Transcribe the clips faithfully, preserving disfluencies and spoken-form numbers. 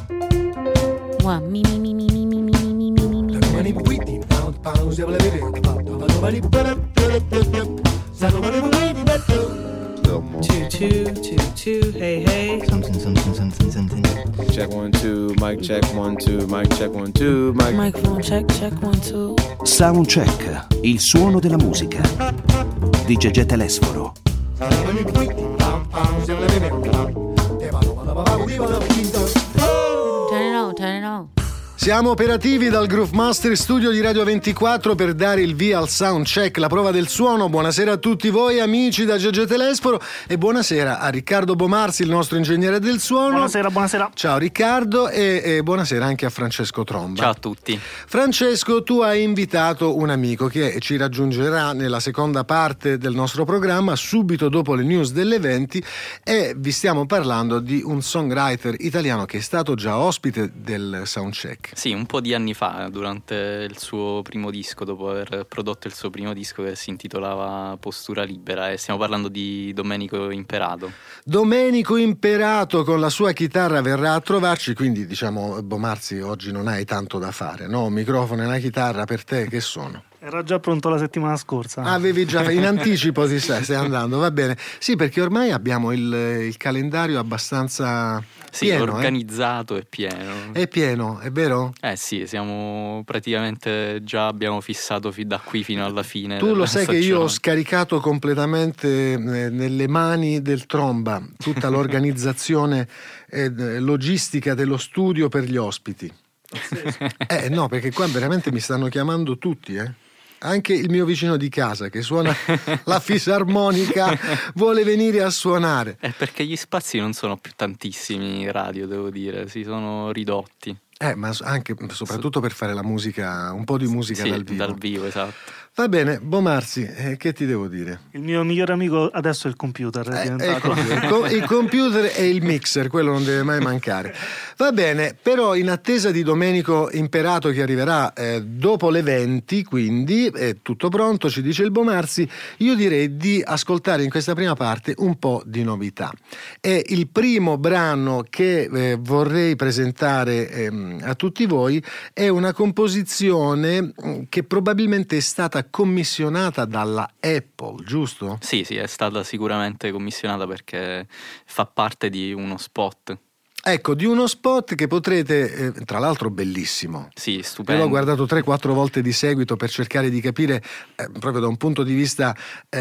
Mua, mi mi mi mi mi mi mi mi mi mi mi. Choo choo choo choo, hey hey. Something, something, something, something. Check one, two, mic check one, two, mic check one, two, mic. Microphone check, check one, two. Soundcheck, il suono della musica di Gegè Telesforo. Turn it on, turn it on. Siamo operativi dal Groove Master Studio di Radio ventiquattro per dare il via al Soundcheck, la prova del suono. Buonasera a tutti voi amici da Gegè Telesforo e buonasera a Riccardo Bomarzi, il nostro ingegnere del suono. Buonasera, buonasera. Ciao Riccardo e, e buonasera anche a Francesco Tromba. Ciao a tutti. Francesco, tu hai invitato un amico che ci raggiungerà nella seconda parte del nostro programma subito dopo le news delle venti e vi stiamo parlando di un songwriter italiano che è stato già ospite del Soundcheck. Sì, un po' di anni fa, durante il suo primo disco, dopo aver prodotto il suo primo disco che si intitolava Postura Libera, e stiamo parlando di Domenico Imperato. Domenico Imperato con la sua chitarra verrà a trovarci, quindi diciamo Bomarzi oggi non hai tanto da fare, no? Un microfono e una chitarra per te che sono? Era già pronto la settimana scorsa. Avevi già in anticipo ti stai, stai andando, va bene. Sì, perché ormai abbiamo il, il calendario abbastanza sì, pieno, organizzato eh? e pieno. È pieno, è vero? Eh sì, siamo praticamente già abbiamo fissato fi da qui fino alla fine. Tu lo sai stagione. che io ho scaricato completamente eh, nelle mani del Tromba tutta l'organizzazione eh, logistica dello studio per gli ospiti. Eh no, perché qua veramente mi stanno chiamando tutti, eh. Anche il mio vicino di casa che suona la fisarmonica vuole venire a suonare. È perché gli spazi non sono più tantissimi in radio, devo dire, si sono ridotti. Eh, ma anche soprattutto per fare la musica, un po' di musica sì, dal vivo. dal vivo, esatto. Va bene, Bomarzi, eh, che ti devo dire? Il mio migliore amico adesso è il computer. È Eh, diventato. ecco, il computer e il mixer, quello non deve mai mancare. Va bene, però in attesa di Domenico Imperato che arriverà eh, dopo le venti, quindi è tutto pronto, ci dice il Bomarzi, io direi di ascoltare in questa prima parte un po' di novità. È il primo brano che eh, vorrei presentare ehm, a tutti voi, è una composizione che probabilmente è stata commissionata dalla Apple, giusto? Sì, sì, è stata sicuramente commissionata perché fa parte di uno spot. Ecco, di uno spot che potrete, eh, tra l'altro bellissimo. Sì, Io stupendo. l'ho guardato tre quattro volte di seguito per cercare di capire eh, proprio da un punto di vista eh,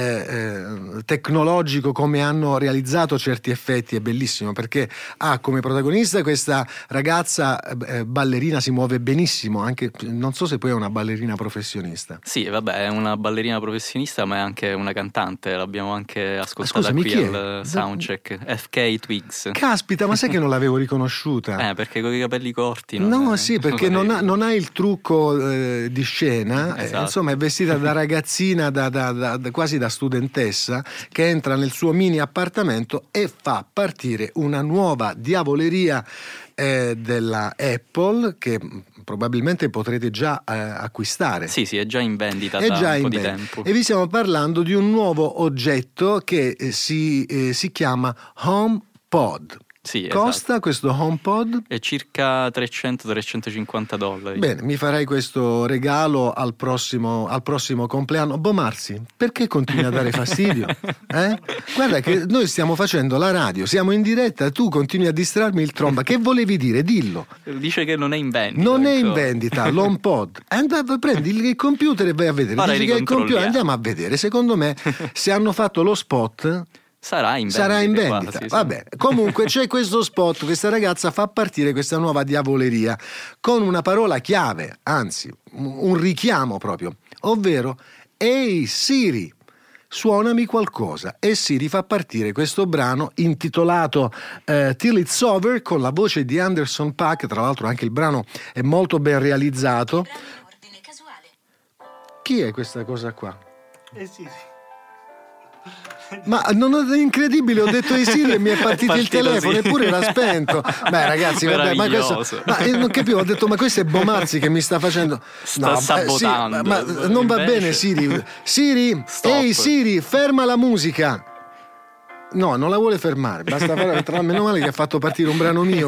eh, tecnologico come hanno realizzato certi effetti. È bellissimo perché ha come protagonista questa ragazza eh, ballerina, si muove benissimo, anche non so se poi è una ballerina professionista. Sì, vabbè, è una ballerina professionista ma è anche una cantante, l'abbiamo anche ascoltata Scusami, qui chi è? al Soundcheck. F K Twigs. Caspita, ma sai che non l'avevo riconosciuta? Eh, perché con i capelli corti non No, è- sì, perché non ha, non ha il trucco eh, di scena, eh, Esatto. insomma è vestita da ragazzina, da, da, da, da- quasi da studentessa, che entra nel suo mini appartamento e fa partire una nuova diavoleria eh, della Apple che probabilmente potrete già eh, acquistare. Sì, sì, è già in vendita È da già un po' in di vendita. tempo. E vi stiamo parlando di un nuovo oggetto che eh, si, eh, si chiama HomePod. Sì, Costa esatto. questo HomePod? È circa trecento trecentocinquanta dollari. Bene, mi farai questo regalo al prossimo, al prossimo compleanno. Bomarzi, perché continui a dare fastidio? Eh? Guarda che noi stiamo facendo la radio, siamo in diretta, tu continui a distrarmi il Tromba. Che volevi dire? Dillo. Dice che non è in vendita. Non è in ancora. vendita, l'HomePod. Andava, prendi il computer e vai a vedere. Ora Dici che è il computer, ricontrolliamo. andiamo a vedere. Secondo me, se hanno fatto lo spot, Sarà in vendita. sarà in vendita. quasi, sì. Vabbè, comunque c'è questo spot, questa ragazza fa partire questa nuova diavoleria con una parola chiave, anzi, un richiamo proprio, ovvero Ehi Siri, suonami qualcosa. E Siri fa partire questo brano intitolato eh, Till It's Over con la voce di Anderson .Paak. Tra l'altro anche il brano è molto ben realizzato. Chi è questa cosa qua? Eh sì, sì. Ma non è incredibile, ho detto ai Siri e mi è partito, È il partito telefono, sì. eppure era spento. Beh ragazzi, vabbè, ma questo, Meraviglioso. ma io non capivo, ho detto ma questo è Bomarzi che mi sta facendo Sta eh, sabotando. sì, ma, ma non va Invece- bene Siri. Siri, Stop. ehi Siri, ferma la musica. No, non la vuole fermare, basta fare. Tra meno male che ha fatto partire un brano mio.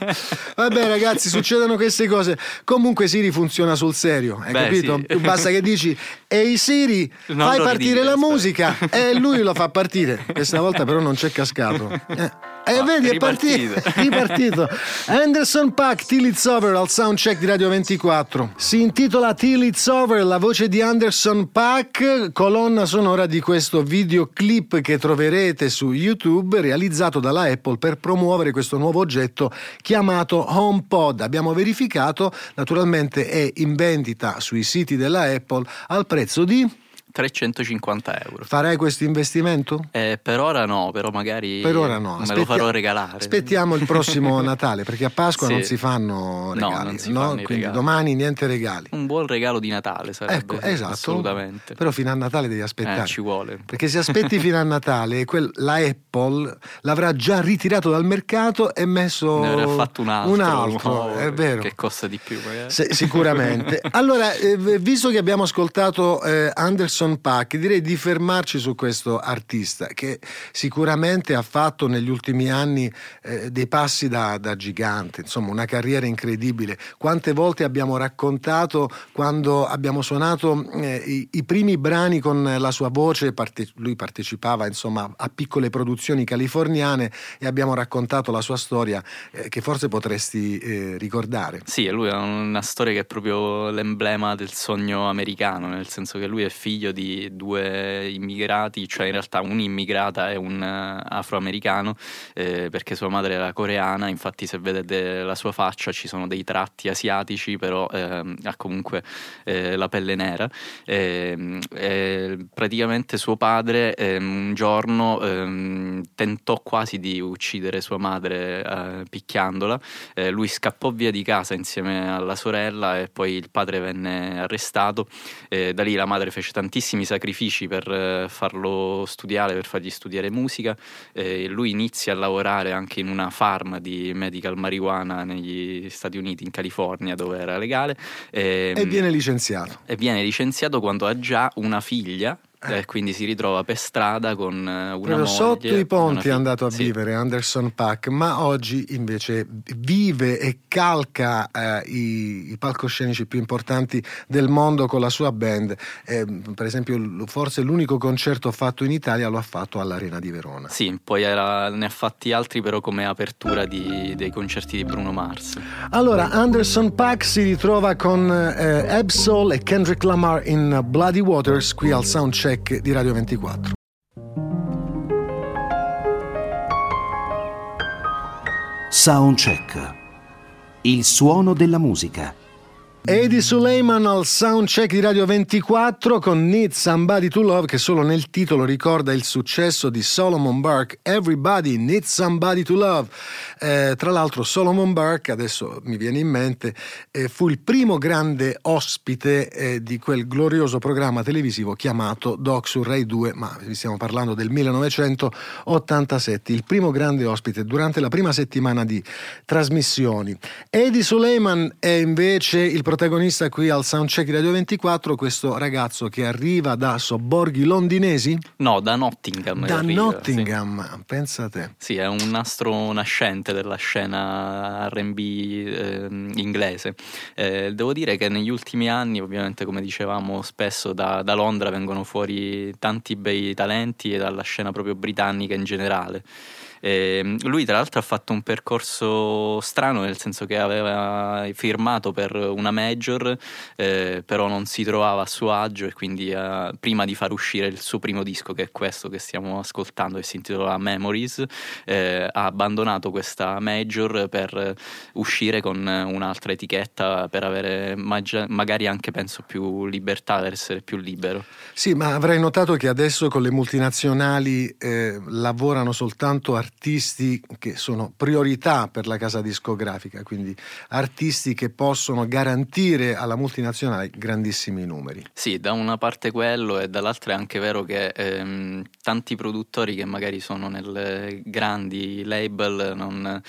Vabbè ragazzi, succedono queste cose. Comunque Siri funziona sul serio, hai Beh, capito? sì. Basta che dici ehi Siri, Non fai lo partire ridire, la aspetta. musica, e lui lo fa partire. Questa volta però non c'è cascato. Eh. E Ah, vedi, è è partito. ripartito. ripartito. Anderson .Paak, Till It's Over al soundcheck di Radio ventiquattro. Si intitola Till It's Over, la voce di Anderson .Paak, colonna sonora di questo videoclip che troverete su YouTube, realizzato dalla Apple per promuovere questo nuovo oggetto chiamato HomePod. Abbiamo verificato, naturalmente è in vendita sui siti della Apple al prezzo di... trecentocinquanta euro. Farai questo investimento? Eh, per ora no, però magari Per ora no, me Aspetti- lo farò regalare. Aspettiamo il prossimo Natale, perché a Pasqua Sì. non si fanno No, regali, non si fanno i Quindi regali. domani niente regali. Un buon regalo di Natale sarebbe. Ecco, esatto. Assolutamente. Però fino a Natale devi aspettare. Eh, ci vuole. Perché se aspetti fino a Natale, quel- la Apple l'avrà già ritirato dal mercato e messo Ne avrà fatto un altro. un altro, nuovo, è vero. Che costa di più magari. Se- sicuramente. Allora, eh, visto che abbiamo ascoltato eh, Anderson .Paak, direi di fermarci su questo artista che sicuramente ha fatto negli ultimi anni eh, dei passi da, da gigante, insomma una carriera incredibile. Quante volte abbiamo raccontato quando abbiamo suonato eh, i, i primi brani con la sua voce, parte- lui partecipava insomma a piccole produzioni californiane e abbiamo raccontato la sua storia eh, che forse potresti eh, ricordare. Sì, e lui ha una storia che è proprio l'emblema del sogno americano, nel senso che lui è figlio di due immigrati, cioè in realtà un'immigrata e un uh, afroamericano, eh, perché sua madre era coreana. Infatti se vedete la sua faccia ci sono dei tratti asiatici, però ehm, ha comunque eh, la pelle nera. E, e praticamente suo padre ehm, un giorno ehm, tentò quasi di uccidere sua madre eh, picchiandola. Eh, lui scappò via di casa insieme alla sorella e poi il padre venne arrestato. Eh, da lì la madre fece tantissimi sacrifici per eh, farlo studiare, per fargli studiare musica. Eh, lui inizia a lavorare anche in una farm di medical marijuana negli Stati Uniti, in California, dove era legale. E, E viene licenziato. e viene licenziato quando ha già una figlia. E quindi si ritrova per strada con una Proprio moglie. sotto i una ponti è figlia. andato a Sì. vivere Anderson .Paak, ma oggi invece vive e calca eh, i, i palcoscenici più importanti del mondo con la sua band. Eh, per esempio, l- forse l'unico concerto fatto in Italia lo ha fatto all'Arena di Verona. Sì, poi era, ne ha fatti altri però come apertura di, dei concerti di Bruno Mars. Allora, Anderson .Paak si ritrova con eh, Ab-Soul e Kendrick Lamar in Bloody Waters qui al Soundcheck di Radio ventiquattro. Soundcheck. Il suono della musica. Eddie Suleiman al soundcheck di Radio ventiquattro con Need Somebody to Love, che solo nel titolo ricorda il successo di Solomon Burke. Everybody Needs Somebody to Love. Eh, tra l'altro Solomon Burke, adesso mi viene in mente, eh, fu il primo grande ospite eh, di quel glorioso programma televisivo chiamato Doc su Rai due, ma vi stiamo parlando del millenovecentottantasette, il primo grande ospite durante la prima settimana di trasmissioni. Eddie Suleiman è invece il protagonista qui al soundcheck di Radio ventiquattro, questo ragazzo che arriva da sobborghi londinesi? No, da Nottingham. Da arriva, Nottingham, sì. pensa te. Sì, è un nastro nascente della scena R and B eh, inglese. Eh, devo dire che negli ultimi anni, ovviamente come dicevamo spesso, da, da Londra vengono fuori tanti bei talenti e dalla scena proprio britannica in generale. Eh, lui tra l'altro ha fatto un percorso strano, nel senso che aveva firmato per una major, eh, però non si trovava a suo agio e quindi eh, prima di far uscire il suo primo disco, che è questo che stiamo ascoltando, che si intitola Memories, eh, ha abbandonato questa major per uscire con un'altra etichetta, per avere maggia- magari anche penso più libertà, per essere più libero. Sì, ma avrai notato che adesso con le multinazionali eh, lavorano soltanto artisti che sono priorità per la casa discografica, quindi artisti che possono garantire alla multinazionale grandissimi numeri. Sì, da una parte quello, e dall'altra è anche vero che ehm, tanti produttori che magari sono nelle grandi label non,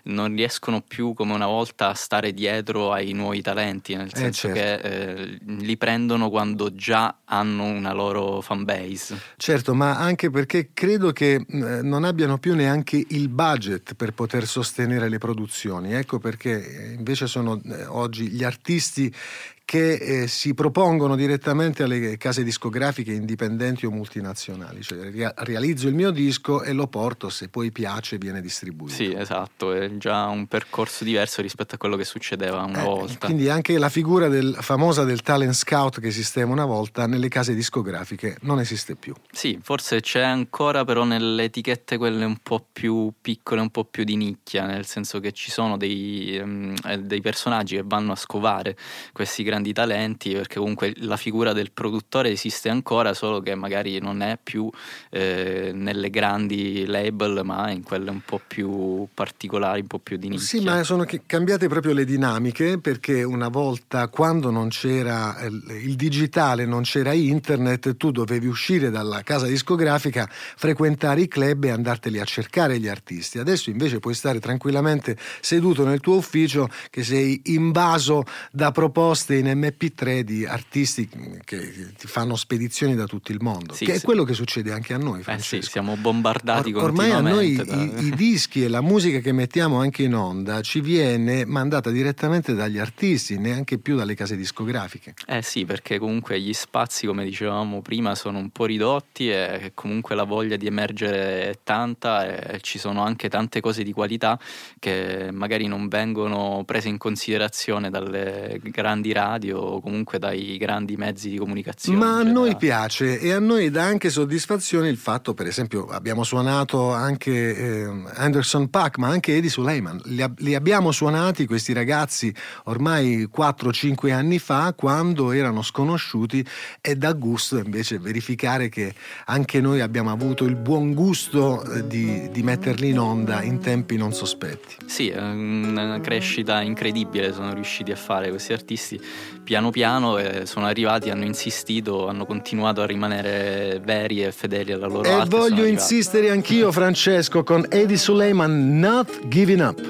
non riescono più come una volta a stare dietro ai nuovi talenti, nel senso eh, certo. che eh, li prendono quando già hanno una loro fanbase. Certo, ma anche perché credo che eh, non abbiano più neanche il budget per poter sostenere le produzioni. Ecco perché invece sono eh, oggi gli artisti che eh, si propongono direttamente alle case discografiche indipendenti o multinazionali, cioè ria- realizzo il mio disco e lo porto, se poi piace viene distribuito. Sì, esatto, è già un percorso diverso rispetto a quello che succedeva una eh, volta. Quindi anche la figura del, famosa del talent scout che esisteva una volta nelle case discografiche non esiste più. Sì, forse c'è ancora, però nelle etichette quelle un po' più piccole, un po' più di nicchia, nel senso che ci sono dei, um, dei personaggi che vanno a scovare questi grandi di talenti, perché comunque la figura del produttore esiste ancora, solo che magari non è più eh, nelle grandi label, ma in quelle un po' più particolari, un po' più di nicchia. Sì, ma sono cambiate proprio le dinamiche, perché una volta, quando non c'era il digitale, non c'era internet, tu dovevi uscire dalla casa discografica, frequentare i club e andarteli a cercare gli artisti. Adesso invece puoi stare tranquillamente seduto nel tuo ufficio, che sei invaso da proposte in emme pi tre di artisti che ti fanno spedizioni da tutto il mondo, sì, che sì. è quello che succede anche a noi, Francesco. Eh sì, siamo bombardati Or- ormai continuamente. a noi da... i, i dischi e la musica che mettiamo anche in onda ci viene mandata direttamente dagli artisti, neanche più dalle case discografiche. Eh sì, perché comunque gli spazi, come dicevamo prima, sono un po' ridotti e comunque la voglia di emergere è tanta, e ci sono anche tante cose di qualità che magari non vengono prese in considerazione dalle grandi radio o comunque dai grandi mezzi di comunicazione. Ma a cioè noi da... piace, e a noi dà anche soddisfazione il fatto, per esempio abbiamo suonato anche eh, Anderson .Paak, ma anche Eddie Suleiman, li, ab- li abbiamo suonati questi ragazzi ormai quattro cinque anni fa, quando erano sconosciuti, e dà gusto invece verificare che anche noi abbiamo avuto il buon gusto eh, di, di metterli in onda in tempi non sospetti. Sì, è una crescita incredibile sono riusciti a fare questi artisti. Piano piano eh, sono arrivati, hanno insistito, hanno continuato a rimanere veri e fedeli alla loro e arte. voglio insistere anch'io, Francesco, con Eddie Suleiman, Not Giving Up.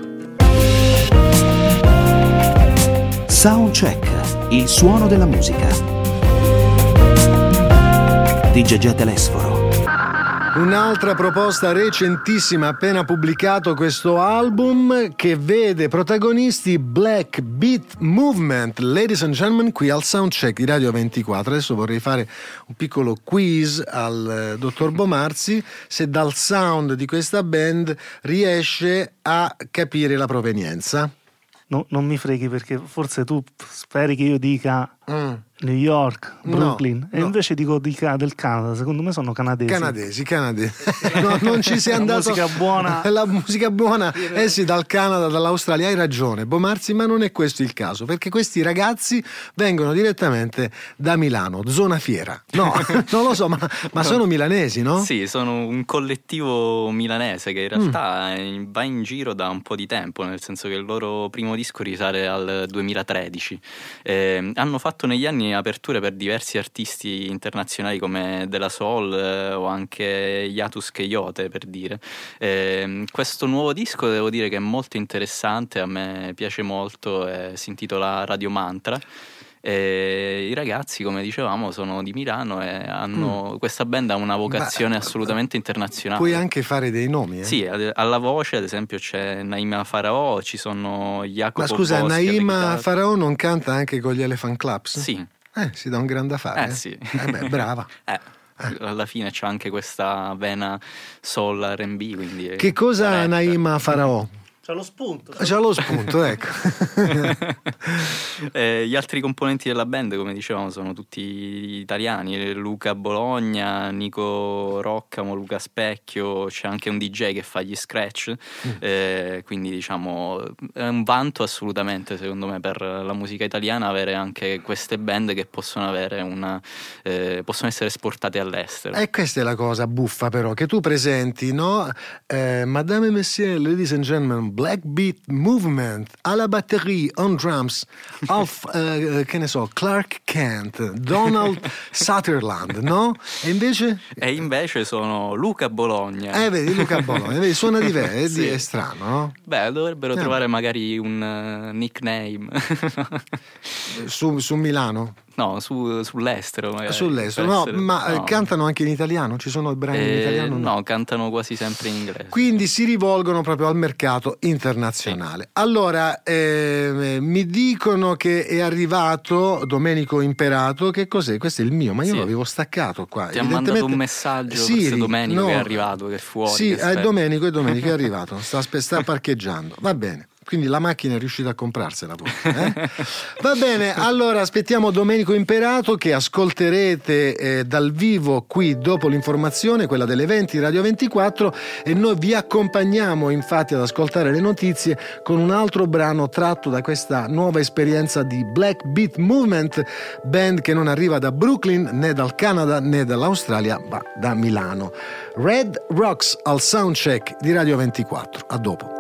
Soundcheck, il suono della musica di Gegè Telesforo. Un'altra proposta recentissima, appena pubblicato questo album, che vede protagonisti Black Beat Movement. Ladies and gentlemen, qui al Soundcheck di Radio ventiquattro. Adesso vorrei fare un piccolo quiz al eh, dottor Bomarzi, se dal sound di questa band riesce a capire la provenienza. No, non mi freghi, perché forse tu speri che io dica Mm. New York, Brooklyn, No, e no. invece dico dica del Canada. Secondo me sono canadesi. Canadesi, canadesi. No, non ci sei La andato. musica buona. La musica buona, eh sì, dal Canada, dall'Australia. Hai ragione, Bomarzi, ma non è questo il caso, perché questi ragazzi vengono direttamente da Milano, zona fiera. No, non lo so, ma, ma sono milanesi, no? Sì, sono un collettivo milanese che in realtà mm. va in giro da un po' di tempo, nel senso che il loro primo disco risale al duemilatredici. Eh, hanno fatto negli anni aperture per diversi artisti internazionali come De La Soul eh, o anche Yatus Coyote, per dire. Eh, questo nuovo disco devo dire che è molto interessante, a me piace molto, eh, si intitola Radio Mantra. E i ragazzi, come dicevamo, sono di Milano e hanno mm. questa band ha una vocazione ma, assolutamente internazionale. Puoi anche fare dei nomi, eh? Sì, alla voce ad esempio c'è Naima Faraò, ci sono Jacopo Ma scusa, Boschi Naima Faraò non canta anche con gli Elephant Clubs? Sì. Eh, si dà un gran da fare. Eh, eh. sì. Eh beh, brava. eh. Eh. Alla fine c'è anche questa vena soul erre and bi, quindi che cosa ha Naima Faraò? C'ha lo spunto. C'ha lo spunto, ecco. eh, gli altri componenti della band, come dicevamo, sono tutti italiani. Luca Bologna, Nico Roccamo, Luca Specchio, c'è anche un D J che fa gli scratch. Mm. Eh, quindi diciamo è un vanto assolutamente, secondo me, per la musica italiana avere anche queste band che possono avere una eh, possono essere esportate all'estero. E questa è la cosa buffa, però, che tu presenti, no? Eh, Madame et Messieurs, ladies and gentlemen, Black Beat Movement, alla batterie, on drums, Alf, eh, che ne so, Clark Kent, Donald Sutherland, no? E invece? E invece sono Luca Bologna. Eh, vedi, Luca Bologna, vedi, suona diverso, Sì. è strano, no? Beh, dovrebbero Eh. trovare magari un uh, nickname. Su, su Milano? No, su, sull'estero magari. Sull'estero, per no, essere- ma eh, no. cantano anche in italiano? Ci sono brani in Eh, italiano? no, cantano quasi sempre in inglese. Quindi si rivolgono proprio al mercato internazionale. Allora, eh, mi dicono che è arrivato Domenico Imperato. Che cos'è? Questo è il mio, ma io Sì. l'avevo staccato qua. Ti ha mandato un messaggio, Siri, forse Domenico no. che è arrivato, che è fuori. Sì, che è aspetta. Domenico, è Domenico è arrivato, sta, aspe- sta parcheggiando. Va bene. Quindi la macchina è riuscita a comprarsela poi, eh? Va bene, allora aspettiamo Domenico Imperato, che ascolterete eh, dal vivo qui dopo l'informazione, quella delle venti Radio ventiquattro, e noi vi accompagniamo infatti ad ascoltare le notizie con un altro brano tratto da questa nuova esperienza di Black Beat Movement, band che non arriva da Brooklyn né dal Canada né dall'Australia, ma da Milano. Red Rocks al soundcheck di Radio ventiquattro. A dopo.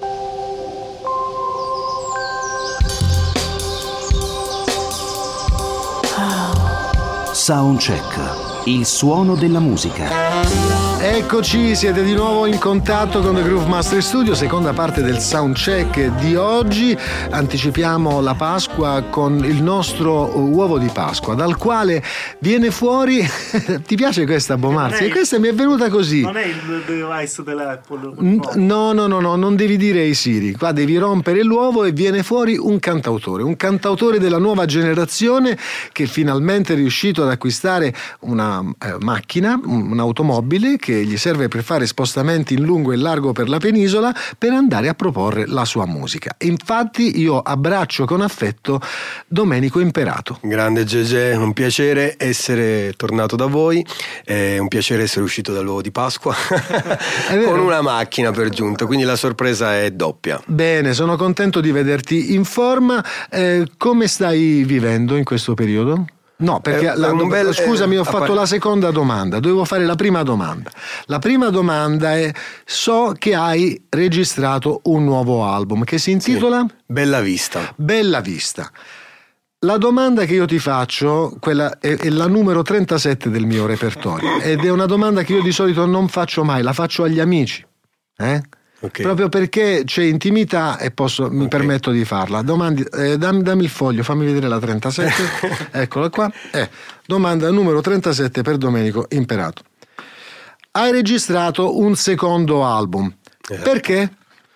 Soundcheck, il suono della musica. Eccoci, siete di nuovo in contatto con The Groove Master Studio, seconda parte del soundcheck di oggi. Anticipiamo la Pasqua con il nostro uovo di Pasqua, dal quale viene fuori. Ti piace questa, Bomarzi? Non è- E questa mi è venuta così. Non è il device dell'Apple. N- No, no, no, no, non devi dire ai Siri. Qua devi rompere l'uovo e viene fuori un cantautore, un cantautore della nuova generazione che finalmente è riuscito ad acquistare una eh, macchina, un- un'automobile che gli serve per fare spostamenti in lungo e largo per la penisola per andare a proporre la sua musica. E infatti io abbraccio con affetto Domenico Imperato. Grande Gegè, un piacere essere tornato da voi, è un piacere essere uscito dall'uovo di Pasqua vero? con una macchina per giunta, quindi la sorpresa è doppia. Bene, sono contento di vederti in forma. Eh, come stai vivendo in questo periodo? No, perché È la- un bel- scusami, ho eh, fatto appa- la seconda domanda, dovevo fare la prima domanda. La prima domanda è: so che hai registrato un nuovo album che si intitola Bella Vista. Bella Vista. La domanda che io ti faccio, quella è, è la numero trentasette del mio repertorio, ed è una domanda che io di solito non faccio mai, la faccio agli amici. Eh? Ok. Proprio perché c'è intimità e posso, mi Ok. permetto di farla. Domandi, eh, dammi, dammi il foglio, fammi vedere la trentasette. Eccola qua. Eh, domanda numero trentasette per Domenico Imperato. Hai registrato un secondo album. Eh. Perché?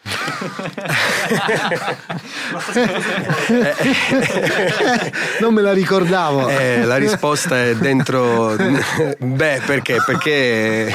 Non me la ricordavo. Eh, la risposta è dentro. Beh, perché? Perché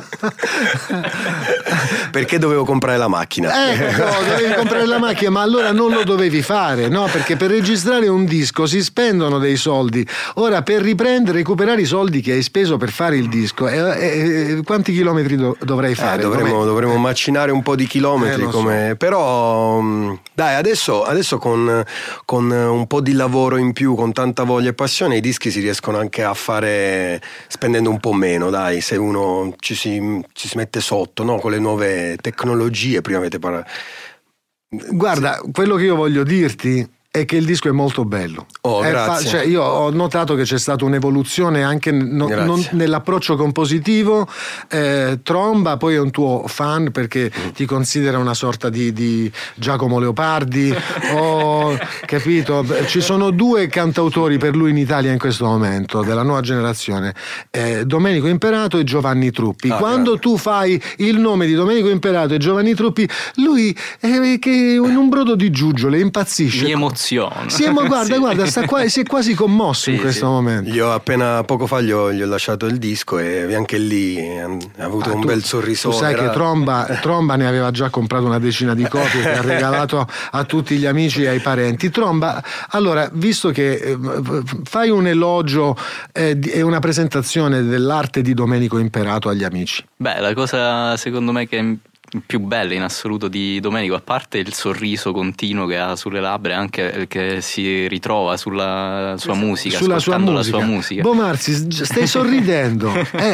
perché dovevo comprare la macchina. Ecco, dovevi comprare la macchina, ma allora non lo dovevi fare, no? Perché per registrare un disco si spendono dei soldi. Ora, per riprendere, recuperare i soldi che hai speso per fare il disco, eh, eh, quanti chilometri do- dovrai Eh, fare? dovremmo, Come- dovremmo macinare un po' di chilometri, Eh, lo so. come... però mh, dai, adesso, adesso con, con un po' di lavoro in più, con tanta voglia e passione, i dischi si riescono anche a fare spendendo un po' meno, dai, se uno ci si, ci si mette sotto, no? Con le nuove tecnologie. Prima avete parlato. Guarda, quello che io voglio dirti è che il disco è molto bello. Oh, È grazie. cioè, io ho notato che c'è stata un'evoluzione anche no- Grazie. non- nell'approccio compositivo. eh, Tromba poi è un tuo fan perché ti considera una sorta di, di Giacomo Leopardi. Ho capito? Ci sono due cantautori per lui in Italia in questo momento, della nuova generazione, eh, Domenico Imperato e Giovanni Truppi. Ah, Quando grazie. tu fai il nome di Domenico Imperato e Giovanni Truppi, lui è che in un brodo di giuggiole impazzisce. Mi emoziono. Sì, ma guarda, Sì. guarda, sta qua, si è quasi commosso Sì, in questo sì. momento. Gli ho appena poco fa gli ho, gli ho lasciato il disco e anche lì eh, ha avuto Ah, un tu- bel sorriso. Tu sai che Tromba, Tromba ne aveva già comprato una decina di copie che ha regalato a tutti gli amici e ai parenti. Tromba, allora, visto che eh, fai un elogio eh, di- e una presentazione dell'arte di Domenico Imperato agli amici. Beh, la cosa secondo me che è più bella in assoluto di Domenico, a parte il sorriso continuo che ha sulle labbra, è anche che si ritrova sulla sua musica, Sulla sua ascoltando musica. la sua musica. Bomarzi, stai sorridendo. Eh.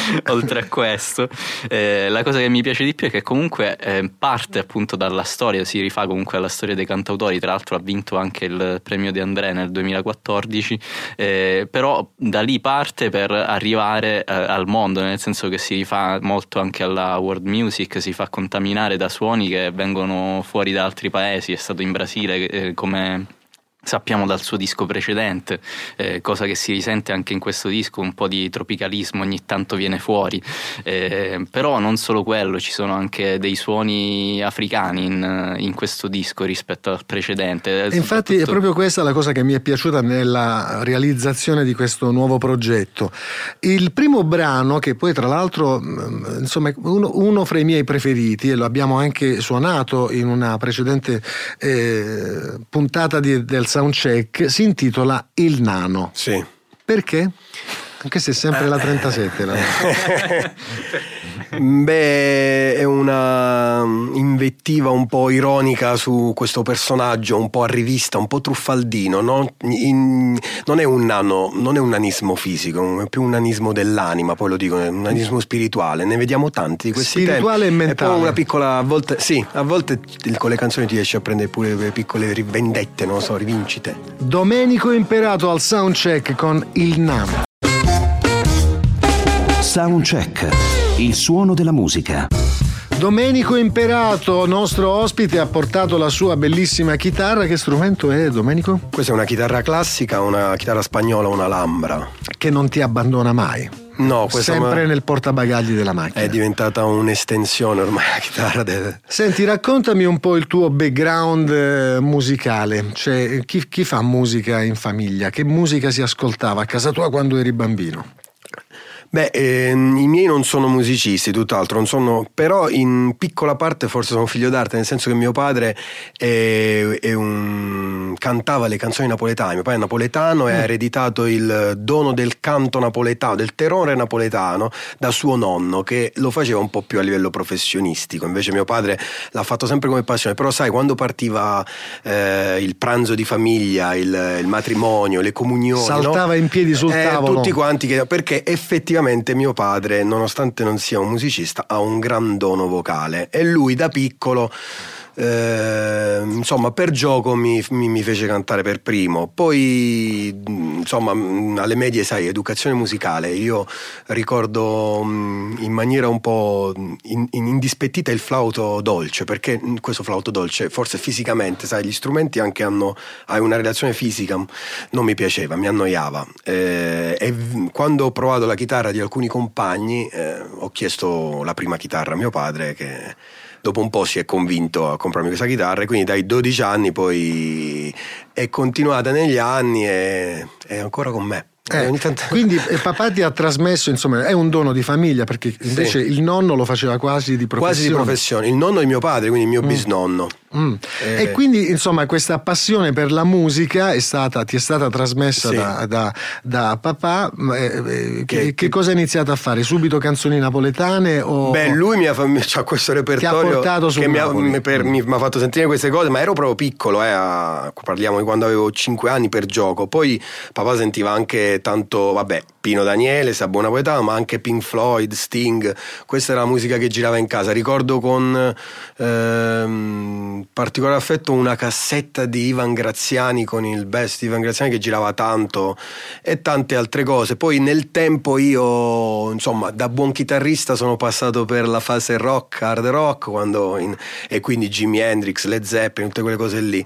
oltre a questo, eh, la cosa che mi piace di più è che comunque eh, parte appunto dalla storia, si rifà comunque alla storia dei cantautori. Tra l'altro ha vinto anche il premio De André nel duemilaquattordici, eh, però da lì parte per arrivare eh, al mondo, nel senso che si rifà molto anche alla world music, si fa contaminare da suoni che vengono fuori da altri paesi. È stato in Brasile, eh, come sappiamo dal suo disco precedente, eh, cosa che si risente anche in questo disco, un po' di tropicalismo ogni tanto viene fuori, eh, però non solo quello, ci sono anche dei suoni africani in, in questo disco rispetto al precedente. E infatti è proprio questa la cosa che mi è piaciuta nella realizzazione di questo nuovo progetto. Il primo brano, che poi tra l'altro insomma uno, uno fra i miei preferiti, e lo abbiamo anche suonato in una precedente eh, puntata di, del Soundcheck, si intitola Il Nano. Sì. Perché? Anche se è sempre la trentasette. La... Beh, è una invettiva un po' ironica su questo personaggio, un po' arrivista, un po' truffaldino, no? In, non è un nano, non è un nanismo fisico, è più un nanismo dell'anima, poi lo dico, è un nanismo spirituale. Ne vediamo tanti di questi spirituale temi. e mentale. È poi una piccola, a volte, sì, a volte con le canzoni ti riesci a prendere pure quelle piccole vendette, non so, rivincite. Domenico Imperato al Soundcheck con Il Nano. Soundcheck, il suono della musica. Domenico Imperato, nostro ospite, ha portato la sua bellissima chitarra. Che strumento è, Domenico? Questa è una chitarra classica, una chitarra spagnola, una Alhambra. Che non ti abbandona mai. No, questa sempre ma... nel portabagagli della macchina. È diventata un'estensione ormai la chitarra. Deve... Senti, raccontami un po' il tuo background eh, musicale. Cioè, chi, chi fa musica in famiglia? Che musica si ascoltava a casa tua quando eri bambino? Beh, ehm, i miei non sono musicisti, tutt'altro, non sono, però in piccola parte forse sono figlio d'arte, nel senso che mio padre è, è un, cantava le canzoni napoletane. Mio padre è napoletano mm. e ha ereditato il dono del canto napoletano, del tenore napoletano, da suo nonno, che lo faceva un po' più a livello professionistico. Invece mio padre l'ha fatto sempre come passione. Però sai, quando partiva eh, il pranzo di famiglia, il, il matrimonio, le comunioni, saltava no? in piedi sul eh, tavolo. Tutti quanti, che, perché effettivamente mio padre, nonostante non sia un musicista, ha un gran dono vocale, e lui da piccolo eh, insomma per gioco mi, mi, mi fece cantare per primo. Poi insomma alle medie, sai, educazione musicale, io ricordo in maniera un po' in, in indispettita il flauto dolce, perché questo flauto dolce forse fisicamente, sai, gli strumenti anche hanno hai una relazione fisica, non mi piaceva, mi annoiava, eh, e quando ho provato la chitarra di alcuni compagni eh, ho chiesto la prima chitarra a mio padre, che dopo un po' si è convinto a comprarmi questa chitarra, e quindi dai dodici anni poi è continuata negli anni e è ancora con me. Eh, quindi eh, papà ti ha trasmesso, insomma, è un dono di famiglia, perché invece sì. il nonno lo faceva quasi di professione. Quasi di professione, il nonno di mio padre, quindi il mio mm. bisnonno. Mm. Eh. E quindi insomma questa passione per la musica è stata, ti è stata trasmessa sì. da, da, da papà. Eh, che, che, che cosa hai iniziato a fare? Subito canzoni napoletane? O... Beh, lui mi ha, c'ha questo repertorio ti ha portato sul che mi ha, mi, per, mi, mi ha fatto sentire queste cose, ma ero proprio piccolo, eh, a, parliamo di quando avevo cinque anni, per gioco. Poi papà sentiva anche tanto, vabbè, Pino Daniele, Sabbo Napoletano, ma anche Pink Floyd, Sting. Questa era la musica che girava in casa. Ricordo con ehm, particolare affetto una cassetta di Ivan Graziani, con il best Ivan Graziani, che girava tanto, e tante altre cose. Poi nel tempo io, insomma, da buon chitarrista sono passato per la fase rock, hard rock, quando in, e quindi Jimi Hendrix, Led Zeppelin, tutte quelle cose lì.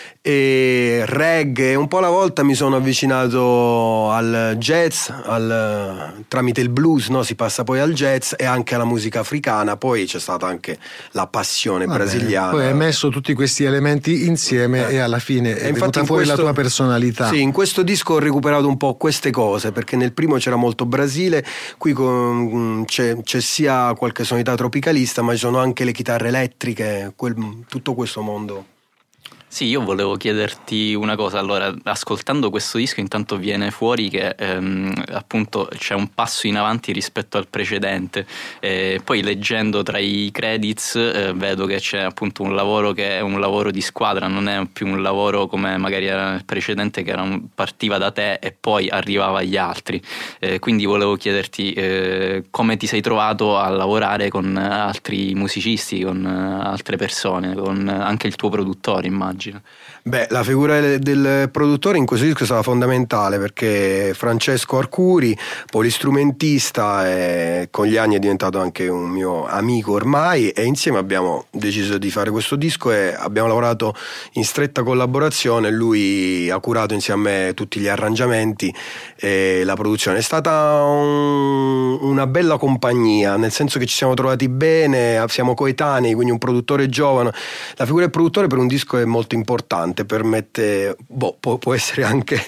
E reggae, un po' alla volta mi sono avvicinato al jazz, al, tramite il blues, no? Si passa poi al jazz e anche alla musica africana. Poi c'è stata anche la passione Vabbè, brasiliana. Poi hai messo tutti questi elementi insieme eh. e alla fine è venuta fuori questo, la tua personalità. Sì, in questo disco ho recuperato un po' queste cose, perché nel primo c'era molto Brasile, qui con, c'è, c'è sia qualche sonorità tropicalista, ma ci sono anche le chitarre elettriche, quel, tutto questo mondo. Sì, io volevo chiederti una cosa. Allora, ascoltando questo disco intanto viene fuori che ehm, appunto c'è un passo in avanti rispetto al precedente, e poi leggendo tra i credits eh, vedo che c'è appunto un lavoro che è un lavoro di squadra, non è più un lavoro come magari era il precedente, che era un, partiva da te e poi arrivava agli altri, eh, quindi volevo chiederti eh, come ti sei trovato a lavorare con altri musicisti, con altre persone, con anche il tuo produttore, immagino. Beh, la figura del produttore in questo disco è stata fondamentale, perché Francesco Arcuri, polistrumentista, e con gli anni è diventato anche un mio amico ormai, e insieme abbiamo deciso di fare questo disco e abbiamo lavorato in stretta collaborazione. Lui ha curato insieme a me tutti gli arrangiamenti e la produzione. È stata un, una bella compagnia, nel senso che ci siamo trovati bene, siamo coetanei, quindi un produttore giovane. La figura del produttore per un disco è molto importante, permette, boh, può, può essere anche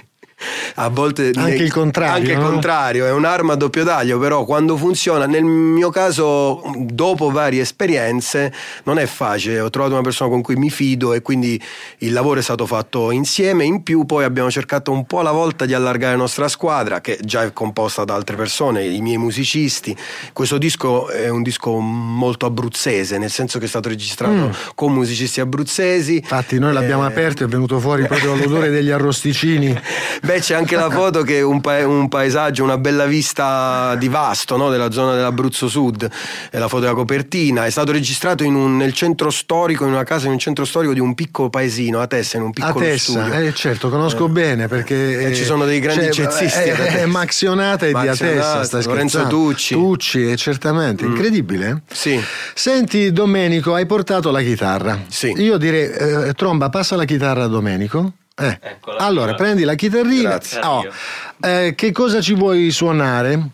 a volte anche il contrario, anche il no? contrario, è un'arma a doppio taglio, però quando funziona, nel mio caso dopo varie esperienze non è facile, ho trovato una persona con cui mi fido e quindi il lavoro è stato fatto insieme. In più poi abbiamo cercato un po' alla volta di allargare la nostra squadra, che già è composta da altre persone, i miei musicisti. Questo disco è un disco molto abruzzese, nel senso che è stato registrato mm. con musicisti abruzzesi. Infatti noi l'abbiamo eh... aperto e è venuto fuori proprio l'odore degli arrosticini. Beh, c'è anche la foto che è un, pa- un paesaggio, una bella vista di Vasto, no? Della zona dell'Abruzzo Sud, è la foto della copertina. È stato registrato in un, nel centro storico, in una casa in un centro storico di un piccolo paesino, a Tessa, in un piccolo a Tessa, studio. Eh, certo, conosco eh. bene, perché eh, ci sono dei grandi jazzisti. È, è, è Maxionata e di Atessa, sta Lorenzo Tucci. Tucci, eh, certamente, mm. incredibile. Sì. Senti Domenico, hai portato la chitarra. Sì. Io direi, eh, Tromba, passa la chitarra a Domenico. Eh. Eccola, allora, eccola. prendi la chitarrina. Grazie. Oh. Eh, che cosa ci vuoi suonare?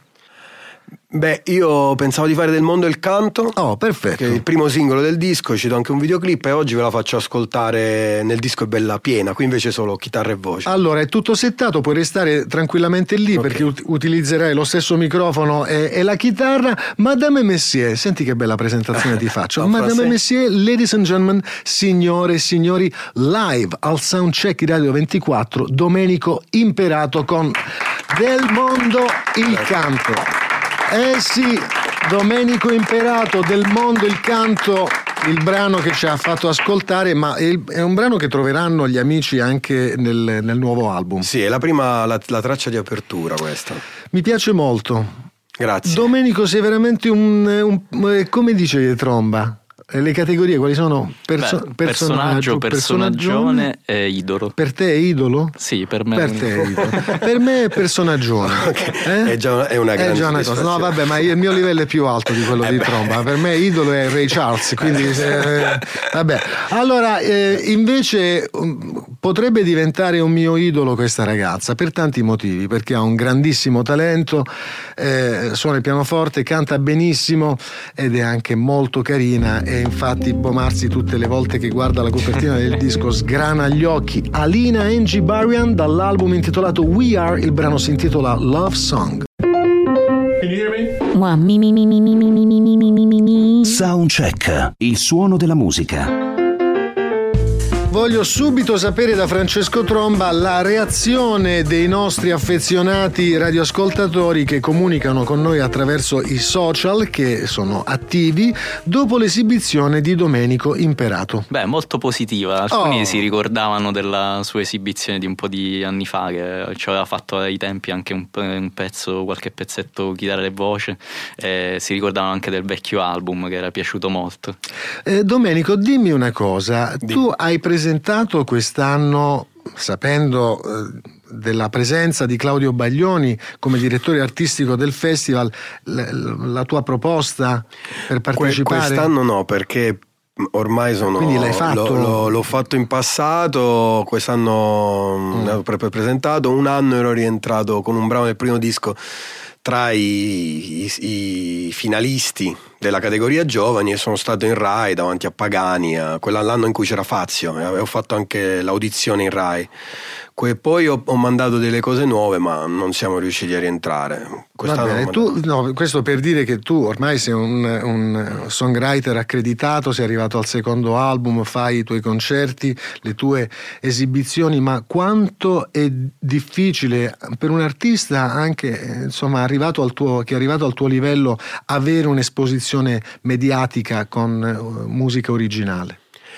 Beh, io pensavo di fare Del mondo il canto. Oh, perfetto. Che è il primo singolo del disco, è uscito anche un videoclip e oggi ve la faccio ascoltare. Nel disco è bella piena, qui invece solo chitarra e voce. Allora, è tutto settato, puoi restare tranquillamente lì, okay, perché ut- utilizzerai lo stesso microfono e, e la chitarra. Madame Messier, senti che bella presentazione ti faccio. Madame Messier, ladies and gentlemen, signore e signori, live al Soundcheck di Radio ventiquattro, Domenico Imperato con Del mondo il canto. Eh sì, Domenico Imperato, Del mondo il canto, il brano che ci ha fatto ascoltare, ma è, il, è un brano che troveranno gli amici anche nel, nel nuovo album. Sì, è la prima, la, la traccia di apertura questa. Mi piace molto. Grazie. Domenico, sei veramente un, un come dice Tromba? Le categorie quali sono? Perso- Beh, personaggio, personaggione e idolo. Per te è idolo? Sì, per me per è te è idolo. Per me è personaggione. Okay. Eh? È già una, è una grande è già una cosa. No, vabbè, ma il mio livello è più alto di quello eh di beh. Tromba. Per me idolo è Ray Charles, quindi eh, vabbè. Allora, eh, invece um, potrebbe diventare un mio idolo questa ragazza per tanti motivi, perché ha un grandissimo talento, eh, suona il pianoforte, canta benissimo ed è anche molto carina. E infatti Bomarzi tutte le volte che guarda la copertina del disco sgrana gli occhi. Alina Engi-Barian, dall'album intitolato We Are, il brano si intitola Love Song. Soundcheck, il suono della musica. Voglio subito sapere da Francesco Tromba la reazione dei nostri affezionati radioascoltatori che comunicano con noi attraverso i social, che sono attivi, dopo l'esibizione di Domenico Imperato. Beh, molto positiva. Alcuni oh. si ricordavano della sua esibizione di un po' di anni fa, che ci aveva fatto ai tempi anche un, un pezzo, qualche pezzetto chitarra e voce, e si ricordavano anche del vecchio album che era piaciuto molto. Eh, Domenico, dimmi una cosa, dimmi. Tu hai presentato presentato quest'anno, sapendo eh, della presenza di Claudio Baglioni come direttore artistico del festival, l- la tua proposta per partecipare? Que- quest'anno no, perché ormai sono. Quindi l'hai fatto? L'ho, l'ho, l'ho fatto in passato, quest'anno mm. l'ho pre- presentato, un anno ero rientrato con un brano del primo disco tra i, i, i finalisti della categoria giovani e sono stato in Rai davanti a Pagani, a quella, l'anno in cui c'era Fazio, e avevo fatto anche l'audizione in Rai. Que- poi ho, ho mandato delle cose nuove, ma non siamo riusciti a rientrare. Va bene, tu, no, questo per dire che tu ormai sei un, un songwriter accreditato, sei arrivato al secondo album, fai i tuoi concerti, le tue esibizioni, ma quanto è difficile per un artista anche, insomma, arrivato al tuo, che è arrivato al tuo livello, avere un'esposizione mediatica con uh, musica originale?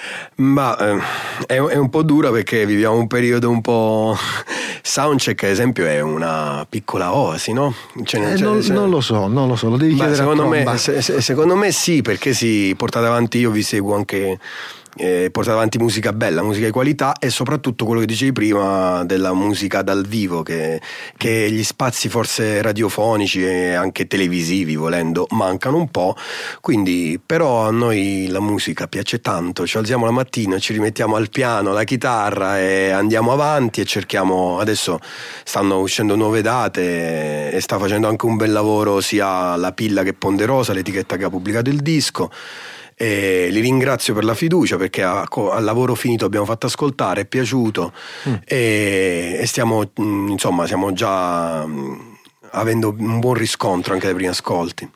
Ma eh, è, è un po' dura perché viviamo un periodo un po'. Soundcheck, ad esempio, è una piccola oasi, no? Cioè, eh, cioè, non, cioè... non lo so, non lo so, lo devi Beh, chiedere secondo a me, Tromba. se, se, secondo me sì, perché si porta avanti, io vi seguo anche. Eh, portare avanti musica bella, musica di qualità, e soprattutto quello che dicevi prima della musica dal vivo, che, che gli spazi forse radiofonici e anche televisivi, volendo, mancano un po'. Quindi però a noi la musica piace tanto, ci alziamo la mattina, ci rimettiamo al piano, alla chitarra e andiamo avanti e cerchiamo. Adesso stanno uscendo nuove date e sta facendo anche un bel lavoro sia La Pilla che Ponderosa, l'etichetta che ha pubblicato il disco. E li ringrazio per la fiducia, perché al lavoro finito abbiamo fatto ascoltare, è piaciuto mm. e, e stiamo insomma stiamo già avendo un buon riscontro anche dai primi ascolti.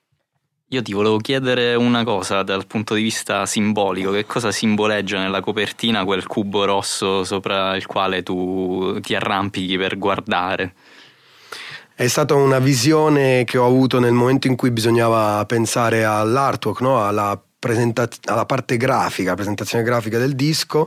Io ti volevo chiedere una cosa dal punto di vista simbolico: che cosa simboleggia nella copertina quel cubo rosso sopra il quale tu ti arrampichi per guardare? È stata una visione che ho avuto nel momento in cui bisognava pensare all'artwork, no? alla presentaz- alla parte grafica, presentazione grafica del disco,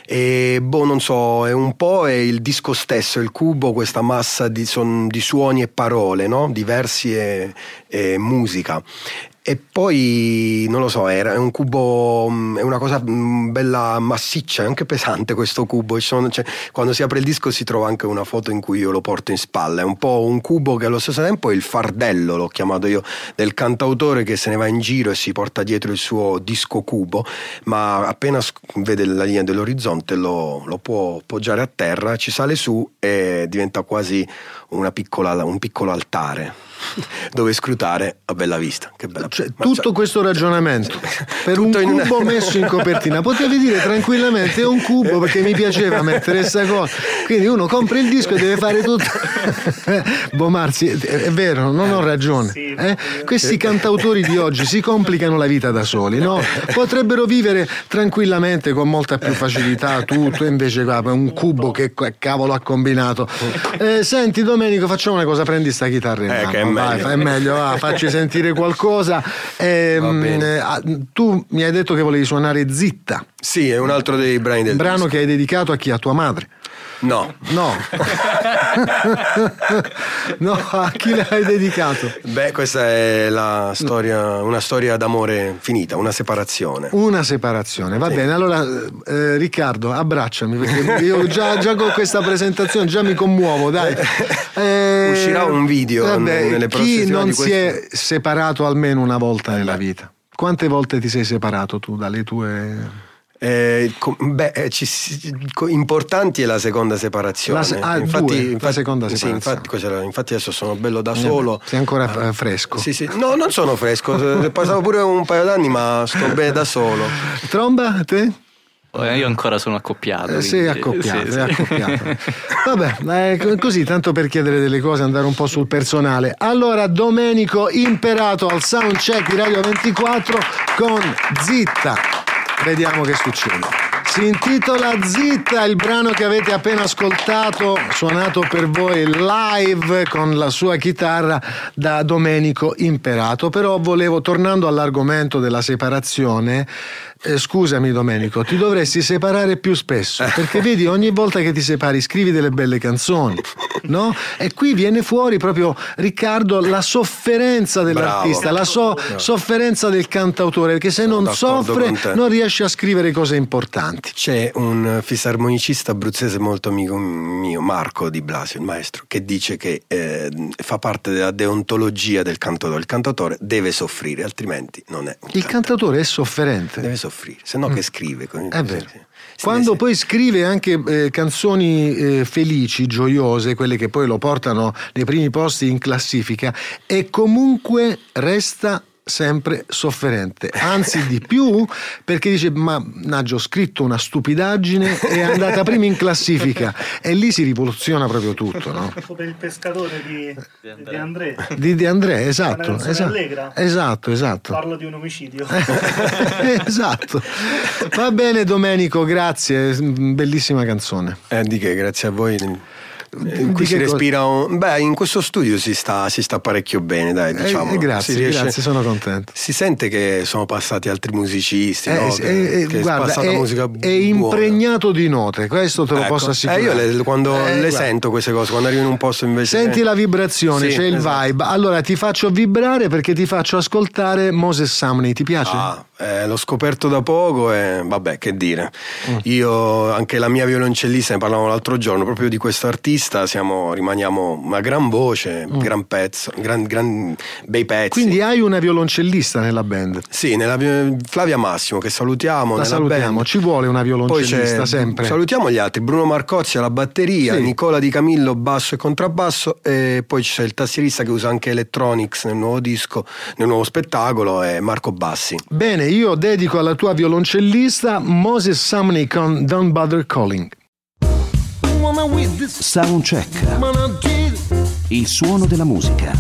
e boh, non so, è un po' è il disco stesso, il cubo, questa massa di, son, di suoni e parole, no? Di versi e, e musica. E poi non lo so, è un cubo, è una cosa bella massiccia, è anche pesante questo cubo. Sono, cioè, quando si apre il disco si trova anche una foto in cui io lo porto in spalla. È un po' un cubo che allo stesso tempo è il fardello, l'ho chiamato io, del cantautore che se ne va in giro e si porta dietro il suo disco cubo, ma appena vede la linea dell'orizzonte lo, lo può poggiare a terra, ci sale su e diventa quasi una piccola, un piccolo altare dove scrutare a bella vista. Che bella, cioè, tutto cioè, questo ragionamento per un cubo una... messo in copertina, potevi dire tranquillamente è un cubo, perché mi piaceva mettere questa cosa. Quindi uno compra il disco e deve fare tutto. Boh, Marzi, è, è vero, non ho ragione. Eh? Questi cantautori di oggi si complicano la vita da soli, no? Potrebbero vivere tranquillamente con molta più facilità tutto, e invece qua un cubo che cavolo ha combinato. Eh, senti Domenico, facciamo una cosa, prendi sta chitarra in mano. Eh, Vai, è meglio, va, facci sentire qualcosa. Eh, eh, tu mi hai detto che volevi suonare Zitta. Sì, è un altro dei brani del brano disco. Che hai dedicato a chi? A tua madre? No. No. No, a chi l'hai dedicato? Beh, questa è la storia, una storia d'amore finita, una separazione. Una separazione, va sì. bene. Allora, eh, Riccardo, abbracciami, perché io già, già con questa presentazione già mi commuovo, dai. Eh, Uscirà un video vabbè, nelle prossime chi non di si è separato almeno una volta nella beh. vita? Quante volte ti sei separato tu dalle tue... Eh, beh, eh, ci, importanti è la seconda separazione. La, se- ah, infatti, due, infatti, la seconda separazione. Sì, infatti, infatti adesso sono bello da solo. Sei ancora ah, fresco? Sì, sì. No, non sono fresco. Passavo pure un paio d'anni, ma sto bene da solo. Tromba, te? Io ancora sono accoppiato. Eh, sei accoppiato, sì, sei sì. accoppiato. Vabbè, eh, così tanto per chiedere delle cose, andare un po' sul personale. Allora, Domenico Imperato al Soundcheck di Radio ventiquattro con Zitta. Vediamo che succede. Si intitola Zitta, il brano che avete appena ascoltato, suonato per voi live con la sua chitarra da Domenico Imperato. Però volevo, tornando all'argomento della separazione, eh, scusami Domenico, ti dovresti separare più spesso, perché vedi, ogni volta che ti separi scrivi delle belle canzoni, no? E qui viene fuori proprio, Riccardo, la sofferenza dell'artista, Bravo. la so- no. sofferenza del cantautore, perché se Sono non soffre non riesce a scrivere cose importanti. C'è un fisarmonicista abruzzese molto amico mio, Marco Di Blasio, il maestro, che dice che eh, fa parte della deontologia del cantautore. Il cantautore deve soffrire, altrimenti non è un Il cantautore è sofferente. Deve soffrire, se no mm. che scrive. È vero. Sì. Quando sì, poi scrive anche eh, canzoni eh, felici, gioiose, quelle che poi lo portano nei primi posti in classifica, e comunque resta sempre sofferente, anzi di più, perché dice ma Naggio, ho scritto una stupidaggine e è andata prima in classifica, e lì si rivoluziona proprio tutto, no? Come il pescatore di, di André di, di André, esatto, una esatto, allegra. esatto esatto Parlo di un omicidio. esatto. Va bene Domenico, grazie, bellissima canzone. Eh, di che, grazie a voi. In cui Di si che respira un... beh, in questo studio si sta, si sta parecchio bene, dai, diciamo. Eh, eh, grazie, si riesce... grazie, sono contento. Si sente che sono passati altri musicisti, Eh, no? eh, che, eh, che guarda, è passata è, musica è buona. impregnato di note, questo te lo Ecco. posso assicurare. Eh, io le, quando Eh, le guarda. sento queste cose, quando arrivo in un posto invece. Senti la vibrazione, Sì, c'è il esatto. vibe. Allora ti faccio vibrare perché ti faccio ascoltare Moses Sumney, ti piace? Ah, eh, l'ho scoperto da poco e vabbè, che dire. Mm. Io, anche la mia violoncellista, ne parlavamo l'altro giorno proprio di questo artista, siamo, rimaniamo una gran voce, Mm. gran pezzo, gran, gran bei pezzi. Quindi hai una violoncellista nella band. Sì, nella, Flavia Massimo, che salutiamo. La nella salutiamo, band. ci vuole una Poi violoncellista c'è, sempre. salutiamo gli altri: Bruno Marcozzi alla batteria, Sì. Nicola Di Camillo basso e contrabbasso, e poi c'è il tastierista che usa anche Electronics nel nuovo disco, nel nuovo spettacolo, e Marco Bassi. Bene, io dedico alla tua violoncellista Moses Sumney con Don't Bother Calling. Soundcheck. Il suono della musica.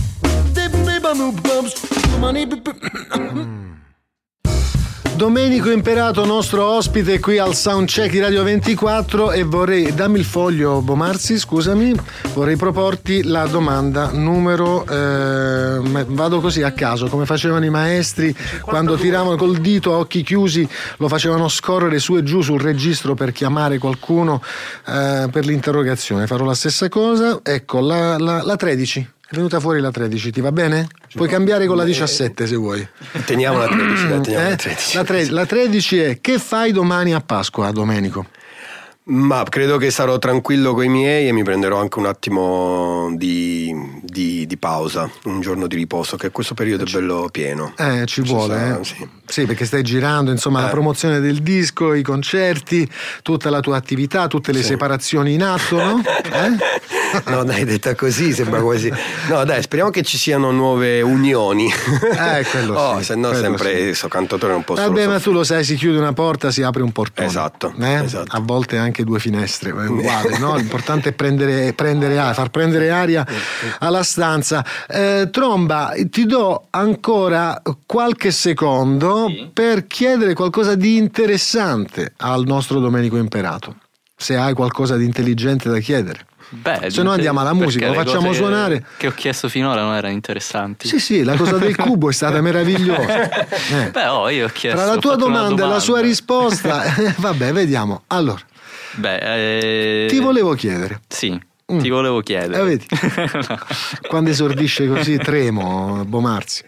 Domenico Imperato, nostro ospite qui al Soundcheck di Radio ventiquattro, e vorrei, dammi il foglio Bomarzi, scusami, vorrei proporti la domanda numero, eh, vado così a caso, come facevano i maestri quando tiravano col dito a occhi chiusi, lo facevano scorrere su e giù sul registro per chiamare qualcuno eh, per l'interrogazione. Farò la stessa cosa, ecco, la, la, la tredici. È venuta fuori la tredici, ti va bene? Puoi cambiare con la diciassette se vuoi. Teniamo la tredici, dai, teniamo Eh? la tredici. La, tre- la tredici è: che fai domani a Pasqua, Domenico? Ma credo che sarò tranquillo coi miei e mi prenderò anche un attimo di, di, di pausa, un giorno di riposo, che questo periodo è bello pieno. Eh, ci Ci vuole, sarà, eh? sì. Sì, perché stai girando, insomma, Eh. la promozione del disco, i concerti, tutta la tua attività, tutte le Sì. separazioni in atto, no? Eh? No, dai, detta così sembra quasi. No, dai, speriamo che ci siano nuove unioni. Eh, quello oh, sì, se no quello sempre so cantatore non posso. Vabbè, ma tu lo sai, si chiude una porta, si apre un portone. Esatto, Eh? esatto. A volte anche due finestre, è uguale, no? L'importante è prendere, prendere aria, far prendere aria alla stanza. Eh, Tromba, ti do ancora qualche secondo Sì. per chiedere qualcosa di interessante al nostro Domenico Imperato. Se hai qualcosa di intelligente da chiedere. Beh, Se no andiamo alla musica, lo perché le facciamo cose suonare. che ho chiesto finora non erano interessanti. Sì, sì, la cosa del cubo è stata meravigliosa. Eh. Beh, oh, io ho chiesto. Tra la ho tua fatto una domanda e la sua domanda. risposta, eh, vabbè, vediamo. Allora, Beh, eh, ti volevo chiedere. Sì, Mm. ti volevo chiedere. Eh, vedi? No. Quando esordisce così tremo, Bomarzi.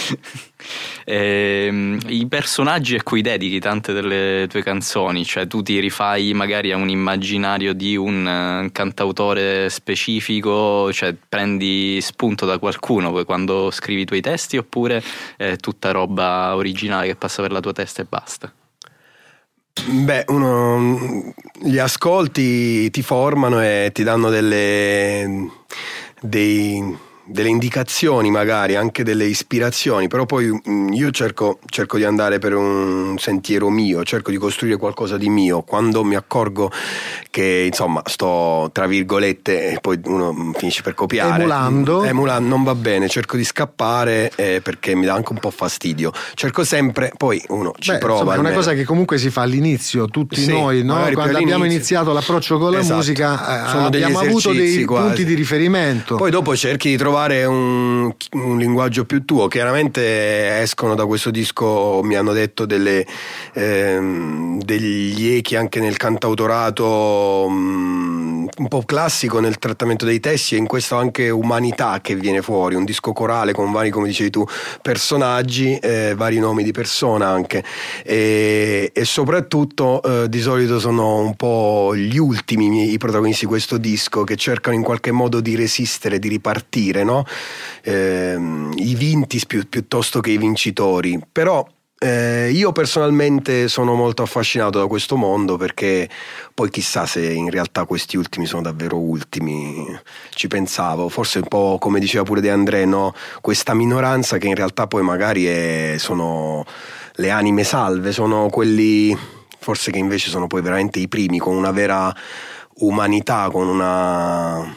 Ehm, I personaggi a cui dedichi tante delle tue canzoni, cioè tu ti rifai magari a un immaginario di un eh, cantautore specifico, cioè prendi spunto da qualcuno poi quando scrivi i tuoi testi, oppure è tutta roba originale che passa per la tua testa e basta? Beh, uno, gli ascolti ti formano e ti danno delle, dei, delle indicazioni, magari anche delle ispirazioni, però poi mh, io cerco, cerco di andare per un sentiero mio, cerco di costruire qualcosa di mio. Quando mi accorgo che insomma sto tra virgolette e poi uno finisce per copiare, Emulando. emulando non va bene, cerco di scappare eh, perché mi dà anche un po' fastidio. Cerco sempre, poi uno ci Beh, prova. insomma, è una almeno. cosa che comunque si fa all'inizio, tutti Sì, noi, no? magari più Quando abbiamo all'inizio. iniziato l'approccio con la Esatto. musica, eh, Sono degli abbiamo avuto dei esercizi quasi. punti di riferimento. Poi dopo cerchi di trovare un, un linguaggio più tuo. Chiaramente escono da questo disco, mi hanno detto, delle, ehm, degli echi anche nel cantautorato um, un po' classico nel trattamento dei testi, e in questo anche umanità che viene fuori, un disco corale con vari, come dicevi tu, personaggi, eh, vari nomi di persona anche, e, e soprattutto eh, di solito sono un po' gli ultimi i protagonisti di questo disco, che cercano in qualche modo di resistere, di ripartire, no? Eh, i vinti pi- piuttosto che i vincitori. Però Eh, io personalmente sono molto affascinato da questo mondo, perché poi chissà se in realtà questi ultimi sono davvero ultimi, ci pensavo, forse un po' come diceva pure De André, no? Questa minoranza che in realtà poi magari è, sono le anime salve, sono quelli forse che invece sono poi veramente i primi, con una vera umanità, con una,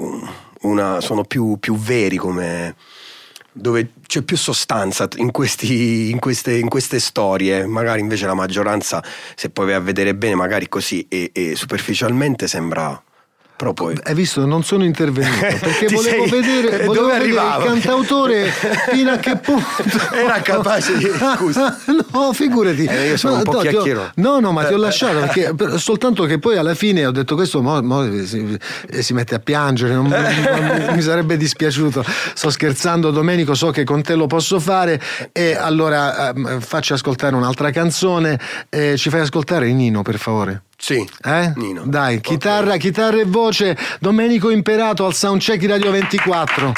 una sono più, più veri, come dove c'è più sostanza in, questi, in, queste, in queste storie. Magari invece la maggioranza, se poi vai a vedere bene, magari così e, e superficialmente sembra proprio. Hai visto, non sono intervenuto perché Ti volevo sei- vedere, volevo dove vedere arrivava? il cantautore fino a che punto Era capace di- scusa. no, figurati. Eh, io sono un po' No, ti ho- chiacchierone. no no ma ti ho lasciato perché per- soltanto che poi alla fine ho detto questo mo, mo si, si mette a piangere, non, non mi sarebbe dispiaciuto. Sto scherzando, Domenico, so che con te lo posso fare, e allora eh, facci ascoltare un'altra canzone. Eh, ci fai ascoltare Nino, per favore? Sì, Eh? Nino. Dai, chitarra, chitarra e voce, Domenico Imperato al Soundcheck di Radio ventiquattro.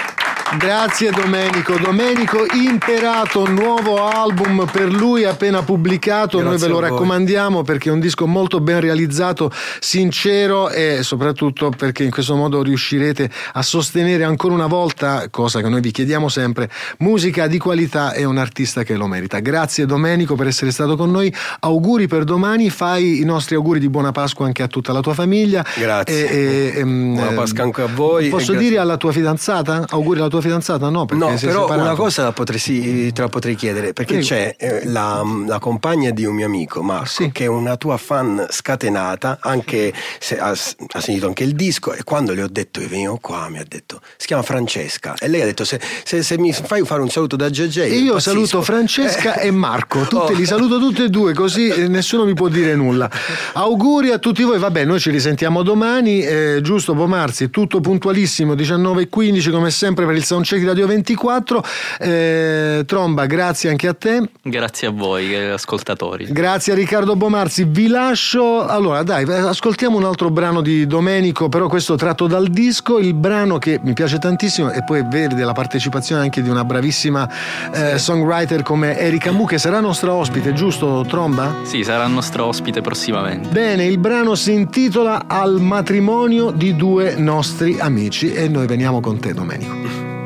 Grazie Domenico. Domenico Imperato, nuovo album per lui appena pubblicato. Grazie Noi ve lo a voi. raccomandiamo perché è un disco molto ben realizzato, sincero, e soprattutto perché in questo modo riuscirete a sostenere ancora una volta, cosa che noi vi chiediamo sempre, musica di qualità e un artista che lo merita. Grazie Domenico per essere stato con noi. Auguri per domani, fai i nostri auguri di buona Pasqua anche a tutta la tua famiglia. Grazie. E, e, ehm, Buona Pasqua anche a voi. Posso E grazie. dire alla tua fidanzata? Auguri alla tua fidanzata? No, perché No, sei però separato. una cosa la potresti, te la potrei chiedere, perché Prego. c'è eh, la, la compagna di un mio amico, Marco, Sì. che è una tua fan scatenata, anche se ha, ha sentito anche il disco, e quando le ho detto che venivo qua mi ha detto, si chiama Francesca, e lei ha detto se, se, se mi fai fare un saluto da G J E io impazzisco. saluto Francesca Eh. e Marco, tutti, Oh. li saluto tutti e due, così eh, nessuno mi può dire nulla. Auguri a tutti voi. Vabbè, noi ci risentiamo domani, eh, giusto Pomarzi, tutto puntualissimo, diciannove e quindici come sempre per il Soundcheck di Radio ventiquattro. eh, Tromba, grazie anche a te. Grazie a voi, eh, ascoltatori. Grazie a Riccardo Bomarzi, vi lascio. Allora dai, ascoltiamo un altro brano di Domenico, però questo tratto dal disco, il brano che mi piace tantissimo, e poi vede la partecipazione anche di una bravissima eh, songwriter come Erika Mu, che sarà nostra ospite, giusto Tromba? Sì, sarà il nostro ospite prossimamente. Bene, il brano si intitola Al matrimonio di due nostri amici, e noi veniamo con te Domenico.